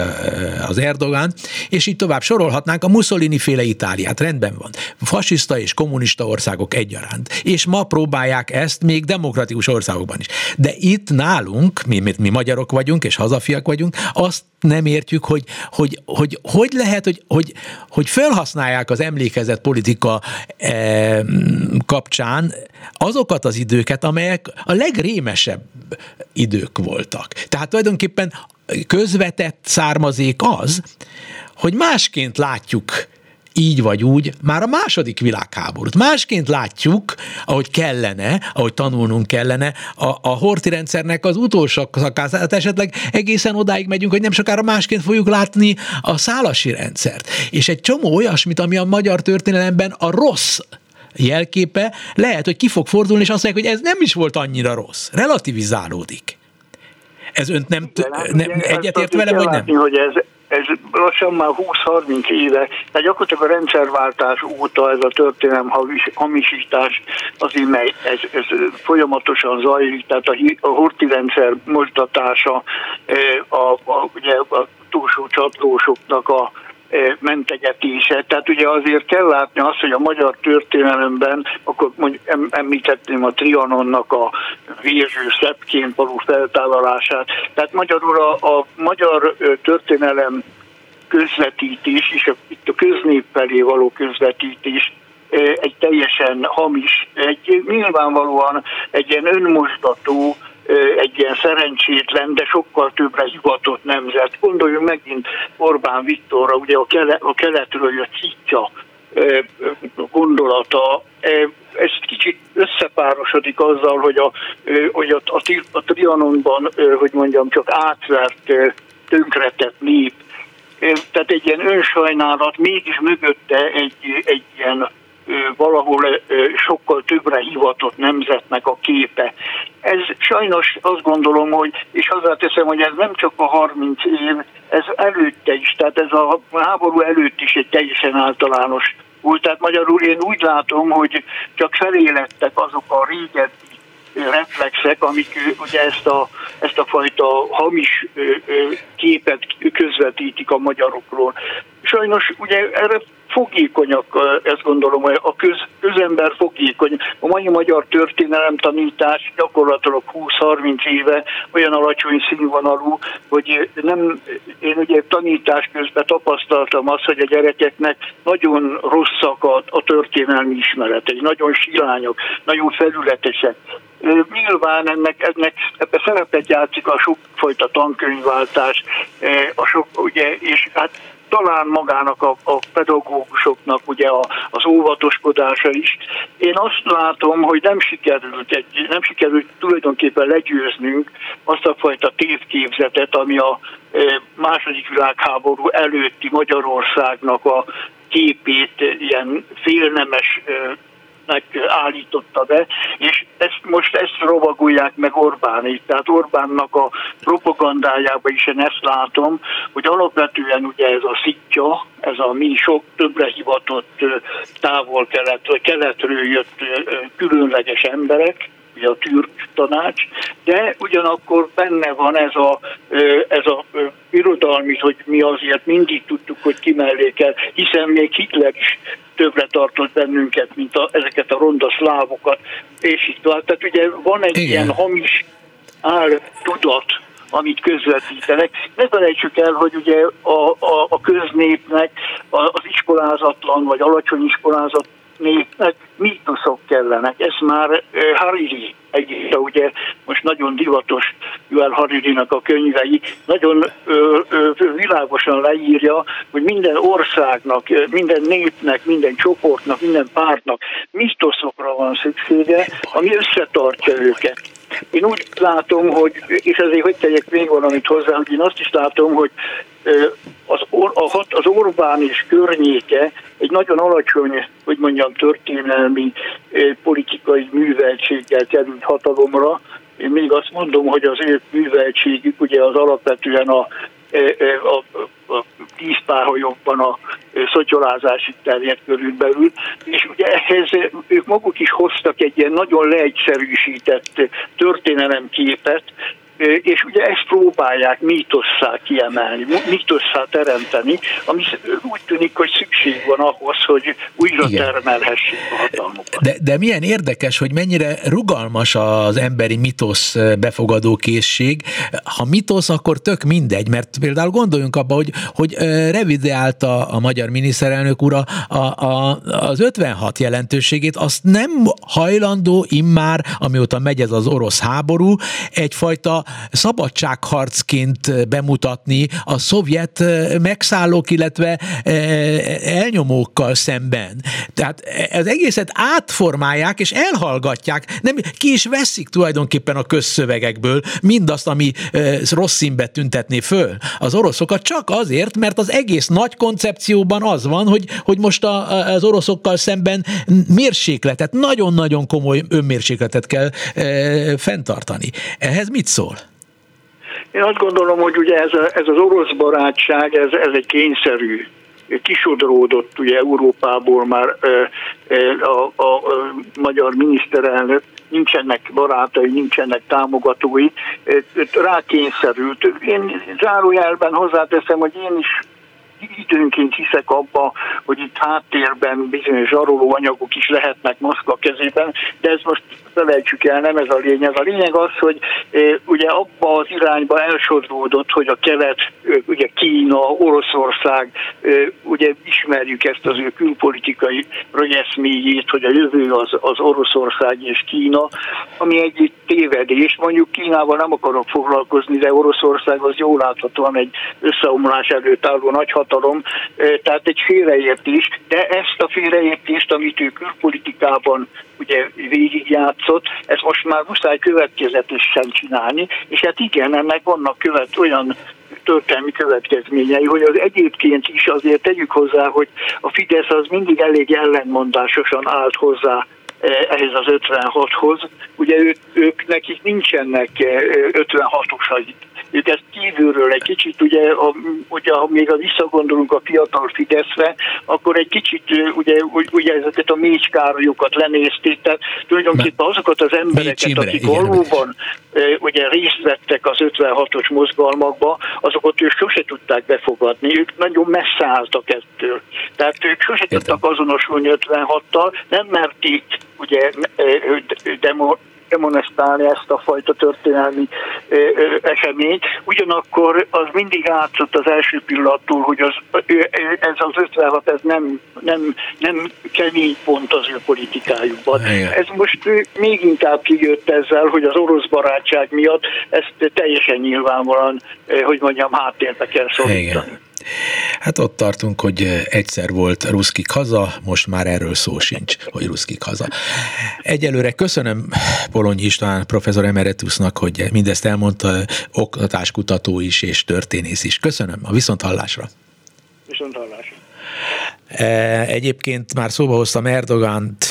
az Erdogán, és így tovább sorolhatnánk a Mussolini-féle Itáliát, rendben van. Fasiszta és kommunista országok egyaránt. És ma próbálják ezt ezt még demokratikus országokban is. De itt nálunk, mi, mi, mi magyarok vagyunk, és hazafiak vagyunk, azt nem értjük, hogy hogy, hogy, hogy lehet, hogy, hogy, hogy felhasználják az emlékezett politika eh, kapcsán azokat az időket, amelyek a legrémesebb idők voltak. Tehát tulajdonképpen közvetett származék az, hogy másként látjuk így vagy úgy, már a második világháborút. Másként látjuk, ahogy kellene, ahogy tanulnunk kellene, a, a Horthy rendszernek az utolsó szakaszát, esetleg egészen odáig megyünk, hogy nem sokára másként fogjuk látni a Szálasi rendszert. És egy csomó olyasmit, ami a magyar történelemben a rossz jelképe, lehet, hogy ki fog fordulni, és azt mondják, hogy ez nem is volt annyira rossz. Relativizálódik. Ez önt nem, t- nem egyetért vele, vagy nem? Látni, hogy ez Ez lassan már húsz-harminc éve, tehát gyakorlatilag a rendszerváltás óta ez a történelem hamisítás azért mely, ez, ez folyamatosan zajlik, tehát a, a Horthy rendszer mosdatása, a, a, ugye a túlsó csatlósoknak a mentegetése. Tehát ugye azért kell látni azt, hogy a magyar történelemben, akkor mondjuk említettem a Trianonnak a vérzső szeppként való feltállalását. Tehát magyarul a, a magyar történelem közvetítés, és a, itt a köznép felé való közvetítés egy teljesen hamis, egy nyilvánvalóan egy ilyen önmosdató, egy ilyen szerencsétlen, de sokkal többre hivatott nemzet. Gondoljunk megint Orbán Viktorra, ugye a, kele, a keletről jött Szitja gondolata, ez kicsit összepárosodik azzal, hogy a, hogy a, a, a Trianonban, hogy mondjam, csak átvert, tönkretett nép. Tehát egy ilyen önsajnálat, mégis mögötte egy, egy ilyen valahol sokkal többre hivatott nemzetnek a képe. Ez sajnos azt gondolom, hogy, és hozzáteszem, hogy ez nem csak a harminc év, ez előtte is, tehát ez a háború előtt is egy teljesen általános volt. Tehát magyarul én úgy látom, hogy csak felélettek azok a régebbi reflexek, amik ugye ezt a, ezt a fajta hamis képet közvetítik a magyarokról. Sajnos ugye erre fogékonyak, ezt gondolom, hogy a köz, közember fogékony. A mai magyar történelemtanítás gyakorlatilag húsz-harminc éve olyan alacsony színvonalú, hogy nem, én ugye tanítás közben tapasztaltam azt, hogy a gyerekeknek nagyon rosszak a, a történelmi ismeretei, nagyon silányok, nagyon felületesek. Nyilván ennek, ennek ebbe szerepet játszik a sokfajta tankönyvváltás, a sok, ugye, és hát talán magának a, a pedagógusoknak ugye a, az óvatoskodása is. Én azt látom, hogy nem sikerült, egy, nem sikerült tulajdonképpen legyőznünk azt a fajta tévképzetet, ami a második világháború előtti Magyarországnak a képét ilyen félnemes állította be, és ezt most ezt rovagolják meg Orbánék. Tehát Orbánnak a propagandájában is én ezt látom, hogy alapvetően ugye ez a Szitja, ez a mi sok többre hivatott távol-kelet, vagy keletről jött különleges emberek, ugye a türk tanács, de ugyanakkor benne van ez a, ez a irodalmi, hogy mi azért mindig tudtuk, hogy ki mellé kell, hiszen még Hitler is többre tartott bennünket, mint a, ezeket a ronda szlávokat, és így tovább. Tehát ugye van egy Igen. ilyen hamis áltudat, amit közvetítenek. Ne felejtsük el, hogy ugye a, a, a köznépnek, az iskolázatlan vagy alacsony iskolázat népnek mítoszok kellenek. Ez már Hariri egyébként, ugye most nagyon divatos Yuval Haririnak a könyvei, nagyon ö, ö, világosan leírja, hogy minden országnak, minden népnek, minden csoportnak, minden pártnak mítoszokra van szüksége, ami összetartja őket. Én úgy látom, hogy, és ezért hogy tegyek még valamit hozzá, hogy én azt is látom, hogy az, Or- az Orbán és környéke egy nagyon alacsony, hogy mondjam, történelmi politikai műveltséggel került hatalomra. Én még azt mondom, hogy az ő műveltségük ugye az alapvetően a, a, a tízpárhajókban a szotyolázásig terjedt körülbelül, és ugye ehhez ők maguk is hoztak egy ilyen nagyon leegyszerűsített történelemképet, és ugye ezt próbálják mítosszá kiemelni, mítosszá teremteni, ami úgy tűnik, hogy szükség van ahhoz, hogy újra Igen. termelhessék a hatalmukat. De, de milyen érdekes, hogy mennyire rugalmas az emberi mitosz befogadó készség. Ha mitosz, akkor tök mindegy, mert például gondoljunk abba, hogy, hogy revideálta a magyar miniszterelnök úr a, a, az ötvenhat jelentőségét, azt nem hajlandó immár, amióta megy ez az orosz háború, egyfajta szabadságharcként bemutatni a szovjet megszállók, illetve elnyomókkal szemben. Tehát az egészet átformálják és elhallgatják, nem, ki is veszik tulajdonképpen a közszövegekből mindazt, ami rossz színbe tüntetné föl az oroszokat, csak azért, mert az egész nagy koncepcióban az van, hogy, hogy most a, az oroszokkal szemben mérsékletet, nagyon-nagyon komoly önmérsékletet kell e, fenntartani. Ehhez mit szól? Én azt gondolom, hogy ugye ez, a, ez az orosz barátság, ez, ez egy kényszerű, kisodródott ugye Európából már a, a, a magyar miniszterelnök, nincsenek barátai, nincsenek támogatói, rákényszerült. Én zárójelben hozzáteszem, hogy én is időnként hiszek abba, hogy itt háttérben bizonyos zsaroló anyagok is lehetnek Moszkva kezében, de ez most felejtsük el, nem ez a lényeg. A lényeg az, hogy e, ugye abba az irányba elsodródott, hogy a kelet, ugye Kína, Oroszország, e, ugye ismerjük ezt az ő külpolitikai rögyeszméjét, hogy a jövő az, az Oroszország és Kína, ami egy tévedés. Mondjuk Kínával nem akarok foglalkozni, de Oroszország az jól láthatóan egy összeomlás előtt álló nagyhatalom, e, tehát egy félreértés, de ezt a félreértést, amit ő külpolitikában ugye végigjátszott, ezt most már muszáj következetesen csinálni, és hát igen, ennek vannak követ, olyan történelmi következményei, hogy az egyébként is azért tegyük hozzá, hogy a Fidesz az mindig elég ellentmondásosan állt hozzá ehhez az ötvenhathoz. Ugye ők, ők nekik nincsenek ötvenhatosai. Ők ezt kívülről egy kicsit, ugye, a, ugye ha még a visszagondolunk a fiatal Fideszre, akkor egy kicsit ugye, ugye ezeket a Mécs Károlyokat lenézték, tehát tulajdonképpen azokat az embereket, akik valóban ugye részt vettek az ötvenhatos mozgalmakba, azokat ők sose tudták befogadni, ők nagyon messze álltak ettől. Tehát ők sose Értem. tudtak azonosulni ötvenhattal, nem merték ugye demo demonstrálni ezt a fajta történelmi ö, ö, eseményt. Ugyanakkor az mindig látszott az első pillanattól, hogy az, ö, ez az ötvenhat ez nem, nem, nem kemény pont az ő politikájukban. Igen. Ez most ö, még inkább kijött ezzel, hogy az orosz barátság miatt ezt teljesen nyilvánvalóan, ö, hogy mondjam, háttérbe kell szorítani. Igen. Hát ott tartunk, hogy egyszer volt ruszkik haza, most már erről szó sincs, hogy ruszkik haza. Egyelőre köszönöm Polonyi István professzor emeritusnak, hogy mindezt elmondta, oktatáskutató is és történész is. Köszönöm, a viszonthallásra. Viszonthallásra. Egyébként már szóba hoztam Erdogant,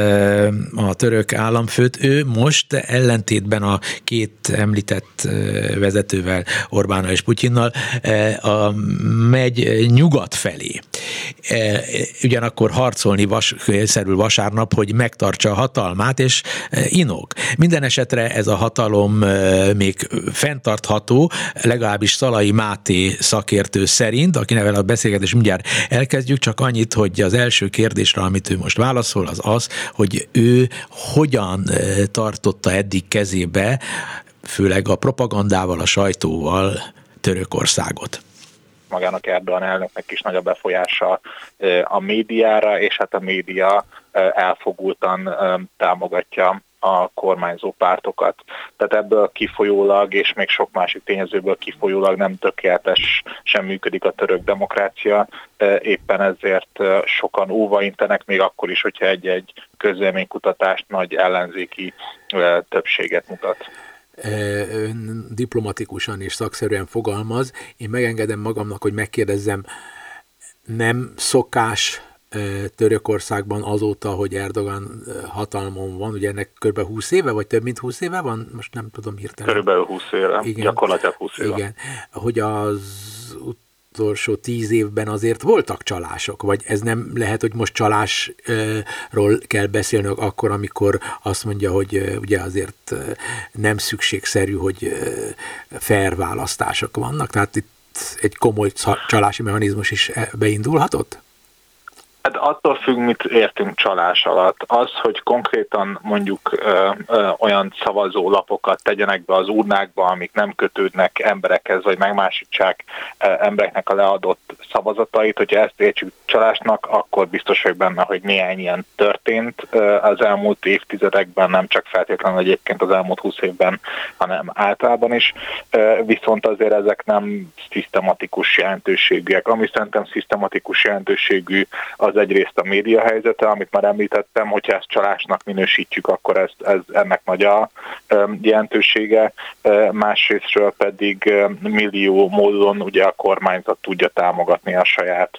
a török államfőt, ő most ellentétben a két említett vezetővel, Orbánnal és Putyinnal, a, megy nyugat felé. ugyanakkor harcolni vas, szerül vasárnap, hogy megtartsa a hatalmát, és inog. Minden esetre ez a hatalom még fenntartható, legalábbis Szalai Máté szakértő szerint, akinevel a beszélgetés mindjárt elkezdjük, csak annyit, hogy az első kérdésre, amit ő most válaszol, az az, hogy ő hogyan tartotta eddig kezébe, főleg a propagandával, a sajtóval Törökországot. Magának Erdoğan elnöknek is nagy a befolyása a médiára, és hát a média elfogultan támogatja a kormányzó pártokat. Tehát ebből kifolyólag, és még sok másik tényezőből kifolyólag nem tökéletes sem működik a török demokrácia, éppen ezért sokan óvaintenek, még akkor is, hogyha egy-egy közvéleménykutatást nagy ellenzéki többséget mutat. Ön diplomatikusan és szakszerűen fogalmaz. Én megengedem magamnak, hogy megkérdezzem, nem szokás Törökországban azóta, hogy Erdogan hatalmon van, ugye ennek kb. húsz éve, vagy több mint húsz éve van? Most nem tudom hirtelen. Körülbelül húsz éve, igen. Gyakorlatilag húsz éve. Igen, hogy az utolsó tíz évben azért voltak csalások, vagy ez nem lehet, hogy most csalásról kell beszélnünk akkor, amikor azt mondja, hogy ugye azért nem szükségszerű, hogy fair választások vannak, tehát itt egy komoly csalási mechanizmus is beindulhatott? Hát attól függ, mit értünk csalás alatt. Az, hogy konkrétan mondjuk ö, ö, olyan szavazólapokat tegyenek be az urnákba, amik nem kötődnek emberekhez, vagy megmásítsák ö, embereknek a leadott szavazatait, hogyha ezt értsük csalásnak, akkor biztos vagyok benne, hogy néhány ilyen történt ö, az elmúlt évtizedekben, nem csak feltétlenül egyébként az elmúlt húsz évben, hanem általában is. Ö, viszont azért ezek nem szisztematikus jelentőségűek. Ami szerintem szisztematikus jelentőségű, az egyrészt a média helyzete, amit már említettem, hogyha ezt csalásnak minősítjük, akkor ez, ez ennek nagy a jelentősége. Másrésztről pedig millió módon ugye a kormányzat tudja támogatni a saját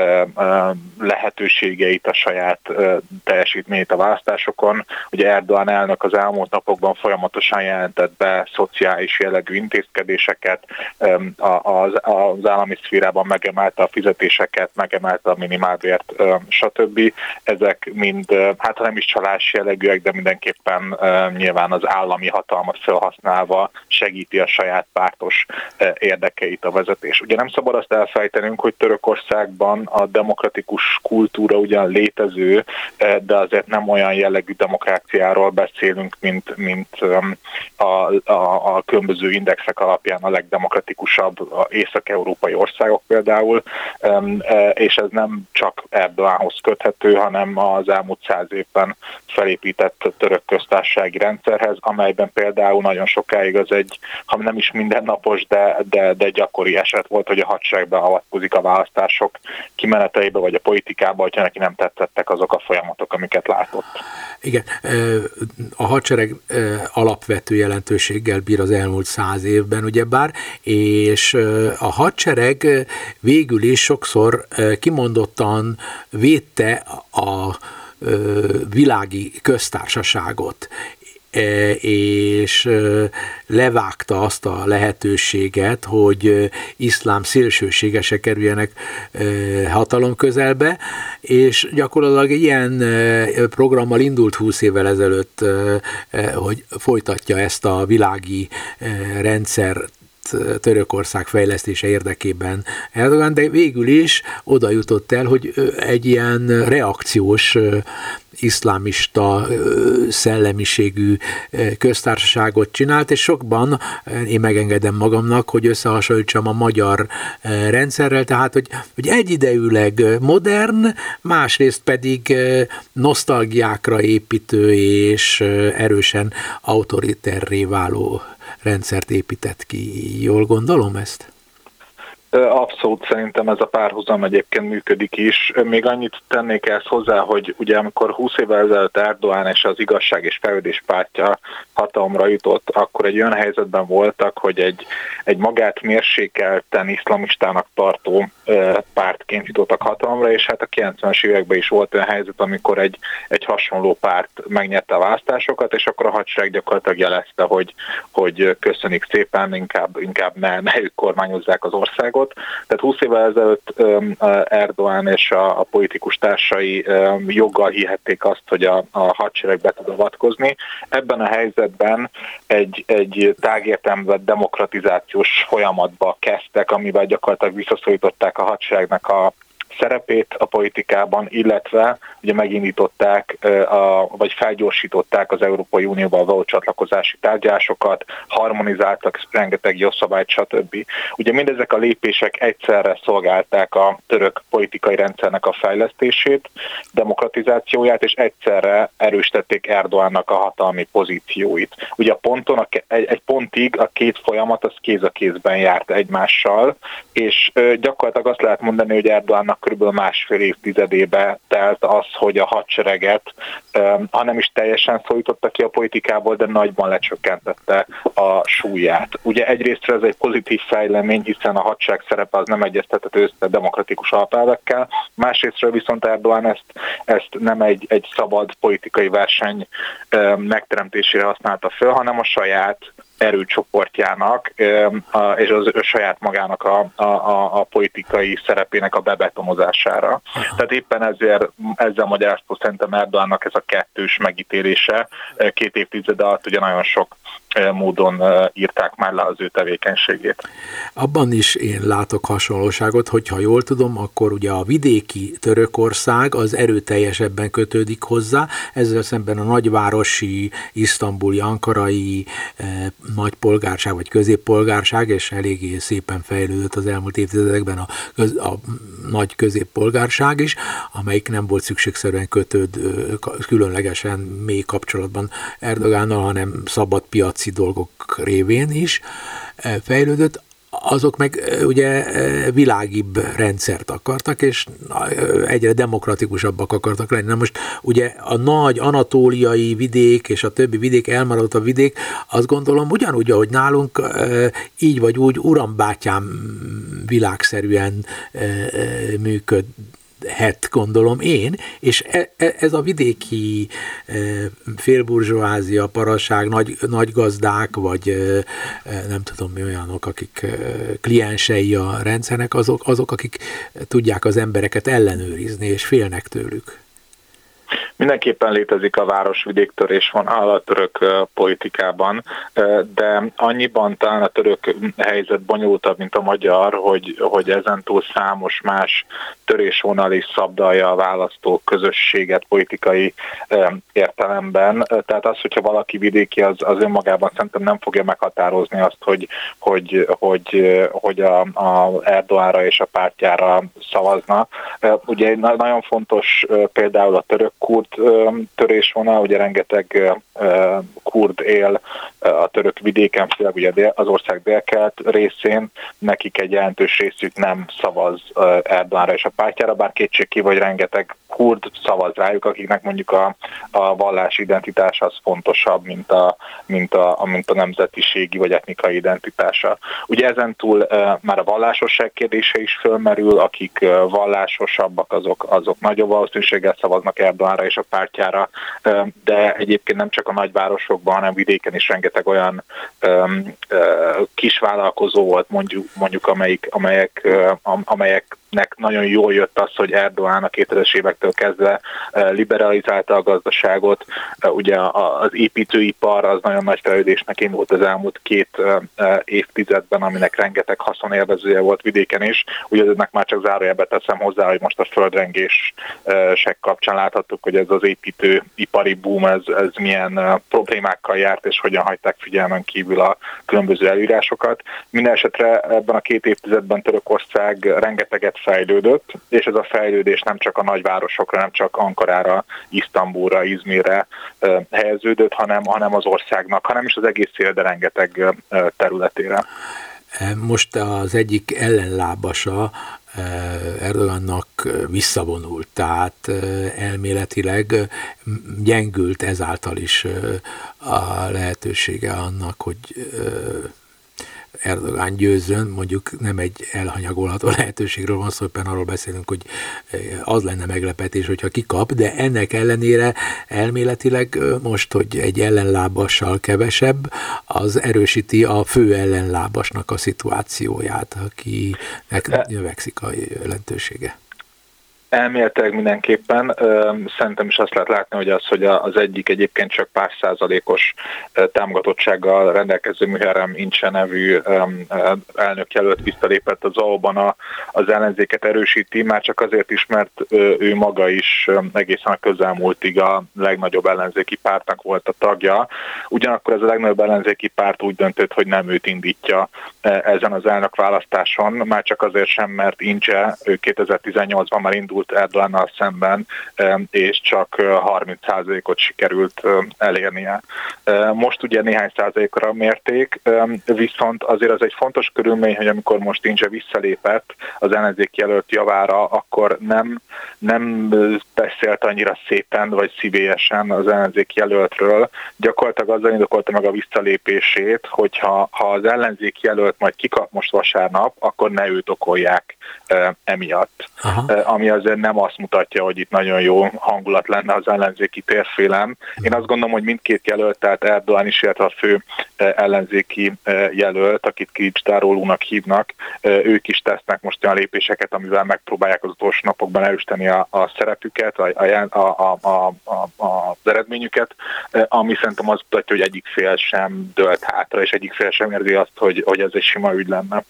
lehetőségeit, a saját teljesítményét a választásokon. Ugye Erdoğan elnök az elmúlt napokban folyamatosan jelentett be szociális jellegű intézkedéseket, az, az állami szférában megemelte a fizetéseket, megemelte a minimálbért, stb. Ezek mind, hát ha nem is csalás jellegűek, de mindenképpen uh, nyilván az állami hatalmat felhasználva segíti a saját pártos uh, érdekeit a vezetés. Ugye nem szabad azt elfejtenünk, hogy Törökországban a demokratikus kultúra ugyan létező, uh, de azért nem olyan jellegű demokráciáról beszélünk, mint, mint um, a, a, a különböző indexek alapján a legdemokratikusabb a észak-európai országok például, um, uh, és ez nem csak Erdoğanhoz köthető, hanem az elmúlt száz évben felépített török köztársasági rendszerhez, amelyben például nagyon sokáig az egy, ha nem is mindennapos, de, de, de gyakori eset volt, hogy a hadsereg beavatkozik a választások kimeneteibe, vagy a politikába, hogyha neki nem tetszettek azok a folyamatok, amiket látott. Igen, a hadsereg alapvető jelentőséggel bír az elmúlt száz évben, ugyebár, és a hadsereg végül is sokszor kimondottan védte a világi köztársaságot, és levágta azt a lehetőséget, hogy iszlám szélsőségesek kerüljenek hatalom közelbe, és gyakorlatilag ilyen programmal indult húsz évvel ezelőtt, hogy folytatja ezt a világi rendszer Törökország fejlesztése érdekében Erdogan, de végül is oda jutott el, hogy egy ilyen reakciós iszlámista szellemiségű köztársaságot csinált, és sokban én megengedem magamnak, hogy összehasonlítsam a magyar rendszerrel, tehát, hogy, hogy egyidejűleg modern, másrészt pedig nosztalgiákra építő és erősen autoriterré váló rendszert épített ki. Jól gondolom ezt? Abszolút szerintem ez a párhuzam egyébként működik is. Még annyit tennék ezt hozzá, hogy ugye amikor húsz évvel ezelőtt Erdoğan és az Igazság és Fejlődés pártja hatalomra jutott, akkor egy olyan helyzetben voltak, hogy egy, egy magát mérsékelten iszlamistának tartó pártként jutottak hatalomra, és hát a kilencvenes években is volt olyan helyzet, amikor egy, egy hasonló párt megnyerte a választásokat, és akkor a hadsereg gyakorlatilag jelezte, hogy, hogy köszönik szépen, inkább, inkább ne, ne ők kormányozzák az országot. hadseregalapot. Tehát húsz évvel ezelőtt Erdoğan és a, a politikus társai joggal hihették azt, hogy a, a hadsereg be tud avatkozni. Ebben a helyzetben egy, egy tágértelművett demokratizációs folyamatba kezdtek, amivel gyakorlatilag visszaszorították a hadseregnek a szerepét a politikában, illetve ugye megindították, a, vagy felgyorsították az Európai Unióval való csatlakozási tárgyalásokat, harmonizáltak rengeteg jogszabályt, stb. Ugye mindezek a lépések egyszerre szolgálták a török politikai rendszernek a fejlesztését, demokratizációját, és egyszerre erősítették Erdoğannak a hatalmi pozícióit. Ugye a ponton, a, egy, egy pontig a két folyamat az kéz a kézben járt egymással, és gyakorlatilag azt lehet mondani, hogy Erdoğannak körülbelül másfél évtizedébe telt az, hogy a hadsereget, ha nem is teljesen szorította ki a politikából, de nagyban lecsökkentette a súlyát. Ugye egyrésztről ez egy pozitív fejlemény, hiszen a hadsereg szerepe az nem egyeztethető össze demokratikus alapelvekkel, másrésztről viszont Erdoğan ezt, ezt nem egy, egy szabad politikai verseny megteremtésére használta föl, hanem a saját erőcsoportjának és az ő saját magának a, a, a politikai szerepének a bebetonozására. Tehát éppen ezért ezzel magyarázható szerintem Erdoğannak ez a kettős megítélése. Két évtized alatt ugye nagyon sok módon írták már le az ő tevékenységét. Abban is én látok hasonlóságot, hogyha jól tudom, akkor ugye a vidéki Törökország az erőteljesebben kötődik hozzá, ezzel szemben a nagyvárosi, isztambuli, ankarai eh, nagy polgárság vagy középpolgárság, és eléggé szépen fejlődött az elmúlt évtizedekben a, köz, a nagy középpolgárság is, amelyik nem volt szükségszerűen kötőd különlegesen mély kapcsolatban Erdogánnal, hanem szabad piaci dolgok révén is fejlődött. Azok meg ugye világibb rendszert akartak, és egyre demokratikusabbak akartak lenni. Na most ugye a nagy anatóliai vidék és a többi vidék, elmaradott a vidék, azt gondolom ugyanúgy, ahogy nálunk így vagy úgy urambátyám világszerűen működ, het, gondolom én, és ez a vidéki félburzsóázia, parasság, nagy, nagy gazdák, vagy nem tudom mi olyanok, akik kliensei a rendszernek, azok, azok, akik tudják az embereket ellenőrizni, és félnek tőlük. Mindenképpen létezik a város-vidék törésvonal a török politikában, de annyiban talán a török helyzet bonyolultabb, mint a magyar, hogy, hogy ezentúl számos más törésvonal is szabdalja a választó közösséget politikai értelemben. Tehát az, hogyha valaki vidéki, az, az önmagában szerintem nem fogja meghatározni azt, hogy, hogy, hogy, hogy a, a Erdoğanra és a pártjára szavazna. Ugye nagyon fontos például a török-kurd törésvonal, ugye rengeteg kurd él a török vidéken, főleg ugye az ország délkelet részén, nekik egy jelentős részük nem szavaz Erdoğanra és a pártjára, bár kétségkívül, hogy rengeteg kurd szavaz rájuk, akiknek mondjuk a, a vallási identitás az fontosabb, mint a, mint, a, mint a nemzetiségi vagy etnikai identitása. Ugye ezentúl már a vallásosság kérdése is fölmerül, akik vallásosabbak, azok, azok nagyobb valószínűséggel szavaznak Erdoğanra és a pártjára, de egyébként nem csak a nagyvárosokban, hanem vidéken is rengeteg olyan um, uh, kisvállalkozó volt, mondjuk, mondjuk amelyik, amelyek, uh, amelyeknek nagyon jól jött az, hogy Erdoğan a kétezres évektől kezdve uh, liberalizálta a gazdaságot. Uh, ugye az építőipar az nagyon nagy fejlődésnek indult az elmúlt két uh, évtizedben, aminek rengeteg haszonélvezője volt vidéken is. Ugye ennek már csak zárójelbe teszem hozzá, hogy most a földrengések kapcsán láthattuk, hogy ez az építőipari boom, ez, ez milyen uh, problémákkal járt, és hogyan hagyták figyelmen kívül a különböző előírásokat. Minden esetre ebben a két évtizedben Törökország rengeteget fejlődött, és ez a fejlődés nem csak a nagyvárosokra, nem csak Ankarára, Isztambulra, Izmirre uh, helyeződött, hanem, hanem az országnak, hanem is az egészére, de rengeteg uh, területére. Most az egyik ellenlábasa Erdoğannak visszavonult, tehát elméletileg gyengült ezáltal is a lehetősége annak, hogy Erdogán győzzön, mondjuk nem egy elhanyagolható lehetőségről van szó, éppen arról beszélünk, hogy az lenne meglepetés, hogyha kikap, de ennek ellenére elméletileg most, hogy egy ellenlábassal kevesebb, az erősíti a fő ellenlábasnak a szituációját, akinek növekszik a jelentősége. Elméletileg mindenképpen. Szerintem is azt lehet látni, hogy az, hogy az egyik egyébként csak pár százalékos támogatottsággal rendelkező Muharrem Ince nevű elnökjelölt visszalépett az á o-ban az ellenzéket erősíti, már csak azért is, mert ő maga is egészen a közelmúltig a legnagyobb ellenzéki pártnak volt a tagja. Ugyanakkor ez a legnagyobb ellenzéki párt úgy döntött, hogy nem őt indítja ezen az elnökválasztáson, már csak azért sem, mert Ince ő kétezer-tizennyolcban már indult Erdogannal szemben, és csak harminc százalékot sikerült elérnie. Most ugye néhány százalékra mérték, viszont azért az egy fontos körülmény, hogy amikor most Ince visszalépett az ellenzék jelölt javára, akkor nem, nem beszélt annyira szépen vagy szívélyesen az ellenzék jelöltről. Gyakorlatilag azzal indokolta meg a visszalépését, hogyha ha az ellenzék jelölt majd kikap most vasárnap, akkor ne őt okolják emiatt. Aha. Ami azért nem azt mutatja, hogy itt nagyon jó hangulat lenne az ellenzéki térfélen. Én azt gondolom, hogy mindkét jelölt, tehát Erdogan is, illetve a fő ellenzéki jelölt, akit Kılıçdaroğlunak hívnak, ők is tesznek most olyan lépéseket, amivel megpróbálják az utolsó napokban erősíteni a, a szerepüket, a, a, a, a, a, az eredményüket, ami szerintem azt mutatja, hogy egyik fél sem dőlt hátra, és egyik fél sem érzi azt, hogy, hogy ez egy sima ügy lenne.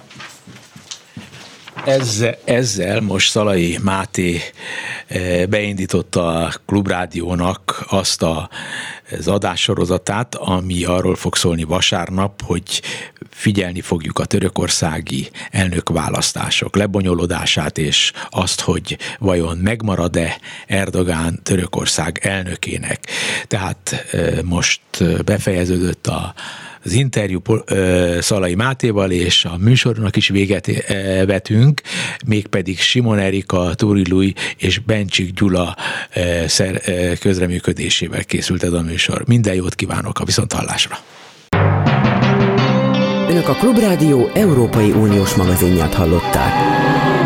Ezzel, ezzel most Szalai Máté beindította a Klubrádiónak azt a, az adássorozatát, ami arról fog szólni vasárnap, hogy figyelni fogjuk a törökországi elnökválasztások lebonyolódását, és azt, hogy vajon megmarad-e Erdogán Törökország elnökének. Tehát most befejeződött a az interjú Szalai Mátéval, és a műsornak is véget vetünk, mégpedig Simon Erika, Túri Lui és Bencsik Gyula közreműködésével készült ez a műsor. Minden jót kívánok a viszonthallásra! Önök a Klubrádió Európai Uniós magazinját hallották.